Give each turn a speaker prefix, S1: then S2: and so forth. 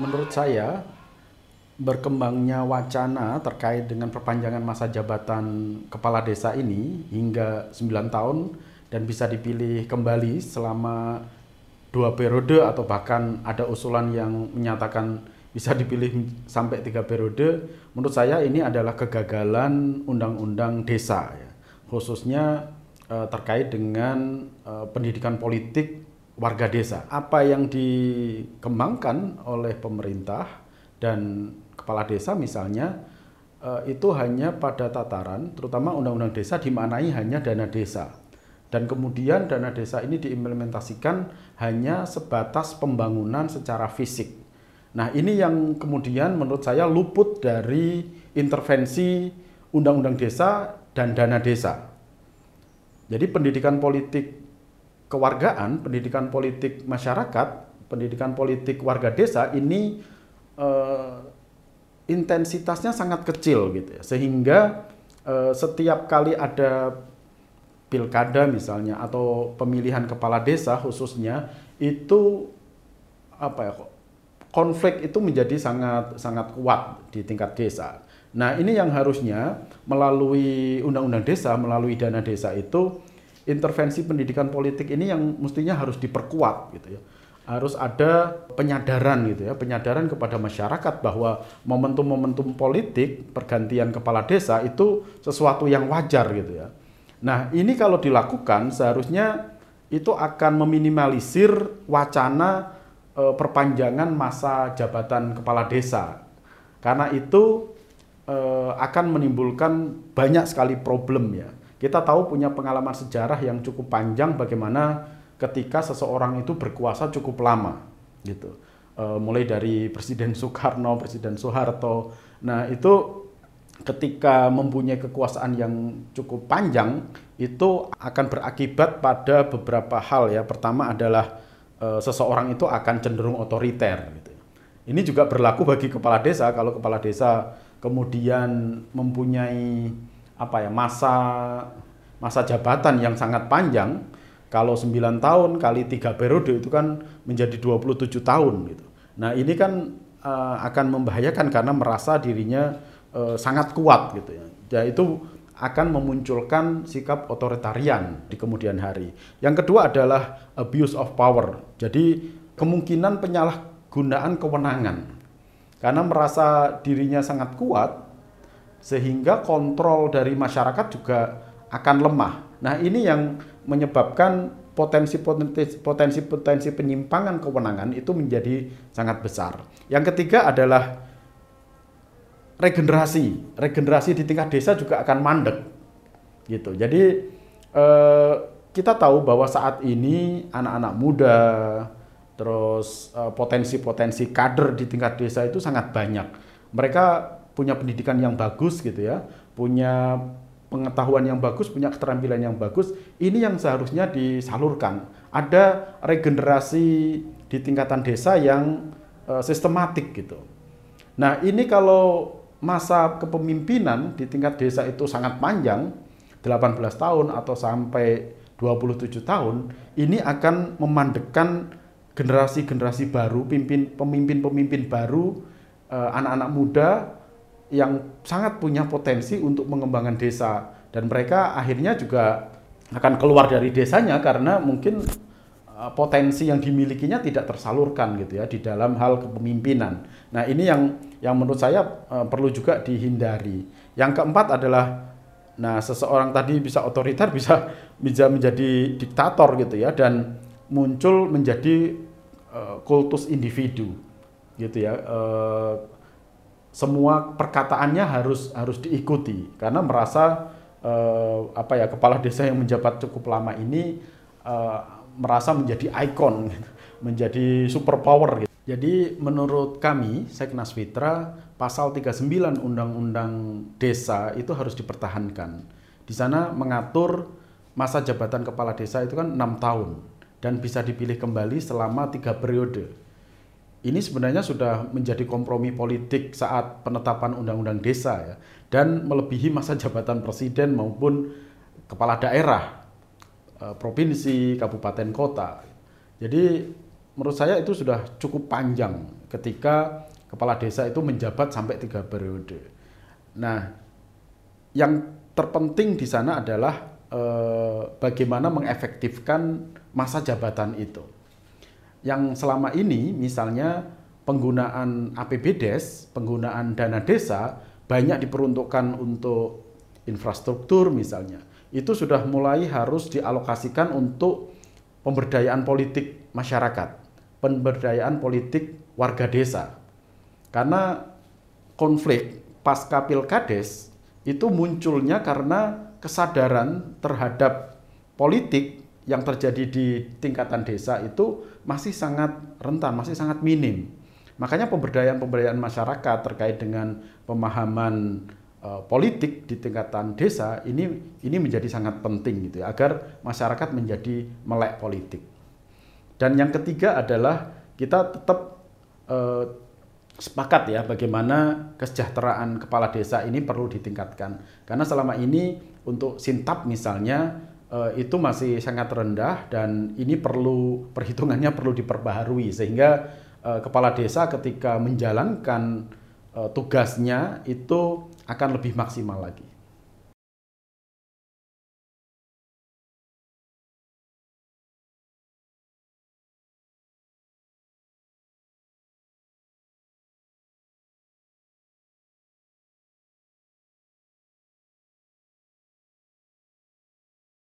S1: menurut saya berkembangnya wacana terkait dengan perpanjangan masa jabatan kepala desa ini hingga 9 tahun dan bisa dipilih kembali selama 2 periode atau bahkan ada usulan yang menyatakan bisa dipilih sampai 3 periode. Menurut saya ini adalah kegagalan undang-undang desa ya. Khususnya terkait dengan pendidikan politik warga desa. Apa yang dikembangkan oleh pemerintah dan kepala desa misalnya itu hanya pada tataran, terutama undang-undang desa dimaknai hanya dana desa. Dan kemudian dana desa ini diimplementasikan hanya sebatas pembangunan secara fisik. Nah, ini yang kemudian menurut saya luput dari intervensi undang-undang desa dan dana desa. Jadi pendidikan politik kewargaan, pendidikan politik masyarakat, pendidikan politik warga desa ini intensitasnya sangat kecil gitu ya. Sehingga setiap kali ada pilkada misalnya atau pemilihan kepala desa khususnya itu konflik itu menjadi sangat kuat di tingkat desa. Nah, ini yang harusnya melalui undang-undang desa, melalui dana desa itu intervensi pendidikan politik ini yang mestinya harus diperkuat gitu ya. Harus ada penyadaran gitu ya, penyadaran kepada masyarakat bahwa momentum-momentum politik pergantian kepala desa itu sesuatu yang wajar gitu ya. Nah, ini kalau dilakukan seharusnya itu akan meminimalisir wacana perpanjangan masa jabatan kepala desa. Karena itu akan menimbulkan banyak sekali problem ya. Kita tahu punya pengalaman sejarah yang cukup panjang bagaimana ketika seseorang itu berkuasa cukup lama gitu. Mulai dari Presiden Soekarno, Presiden Soeharto. Nah, itu ketika mempunyai kekuasaan yang cukup panjang itu akan berakibat pada beberapa hal ya. Pertama adalah seseorang itu akan cenderung otoriter gitu. Ini juga berlaku bagi kepala desa. Kalau kepala desa kemudian mempunyai masa jabatan yang sangat panjang, kalau 9 tahun kali 3 periode itu kan menjadi 27 tahun gitu. Nah, ini kan akan membahayakan karena merasa dirinya sangat kuat gitu ya. Ya, itu akan memunculkan sikap otoritarian di kemudian hari. Yang kedua adalah abuse of power. Jadi kemungkinan penyalahgunaan kewenangan. Karena merasa dirinya sangat kuat sehingga kontrol dari masyarakat juga akan lemah. Nah, ini yang menyebabkan potensi penyimpangan kewenangan itu menjadi sangat besar. Yang ketiga adalah regenerasi di tingkat desa juga akan mandek gitu. Jadi kita tahu bahwa saat ini anak-anak muda terus potensi kader di tingkat desa itu sangat banyak. Mereka punya pendidikan yang bagus gitu ya, punya pengetahuan yang bagus, punya keterampilan yang bagus. Ini yang seharusnya disalurkan. Ada regenerasi di tingkatan desa yang sistematik gitu. Nah, ini kalau masa kepemimpinan di tingkat desa itu sangat panjang, 18 tahun atau sampai 27 tahun, ini akan memandekkan generasi-generasi baru, pemimpin-pemimpin baru, anak-anak muda yang sangat punya potensi untuk mengembangkan desa. Dan mereka akhirnya juga akan keluar dari desanya karena mungkin potensi yang dimilikinya tidak tersalurkan gitu ya di dalam hal kepemimpinan. Nah, ini yang menurut saya perlu juga dihindari. Yang keempat adalah seseorang tadi bisa otoriter, bisa menjadi diktator gitu ya, dan muncul menjadi kultus individu gitu ya. Semua perkataannya harus diikuti karena merasa kepala desa yang menjabat cukup lama ini merasa menjadi ikon, menjadi superpower gitu. Jadi menurut kami Seknas Fitra pasal 39 Undang-Undang Desa itu harus dipertahankan. Di sana mengatur masa jabatan kepala desa itu kan 6 tahun dan bisa dipilih kembali selama 3 periode. Ini sebenarnya sudah menjadi kompromi politik saat penetapan Undang-Undang Desa ya, dan melebihi masa jabatan presiden maupun kepala daerah, provinsi, kabupaten, kota. Jadi menurut saya itu sudah cukup panjang ketika kepala desa itu menjabat sampai 3 periode. Nah, yang terpenting di sana adalah bagaimana mengefektifkan masa jabatan itu. Yang selama ini misalnya penggunaan APBDes, penggunaan dana desa banyak diperuntukkan untuk infrastruktur misalnya. Itu sudah mulai harus dialokasikan untuk pemberdayaan politik masyarakat, pemberdayaan politik warga desa. Karena konflik pasca Pilkades itu munculnya karena kesadaran terhadap politik yang terjadi di tingkatan desa itu masih sangat rentan, masih sangat minim. Makanya pemberdayaan masyarakat terkait dengan pemahaman politik di tingkatan desa ini menjadi sangat penting gitu ya, agar masyarakat menjadi melek politik. Dan yang ketiga adalah kita tetap sepakat ya bagaimana kesejahteraan kepala desa ini perlu ditingkatkan. Karena selama ini untuk Sintab misalnya itu masih sangat rendah dan ini perhitungannya perlu diperbaharui sehingga kepala desa ketika menjalankan tugasnya itu akan lebih maksimal lagi.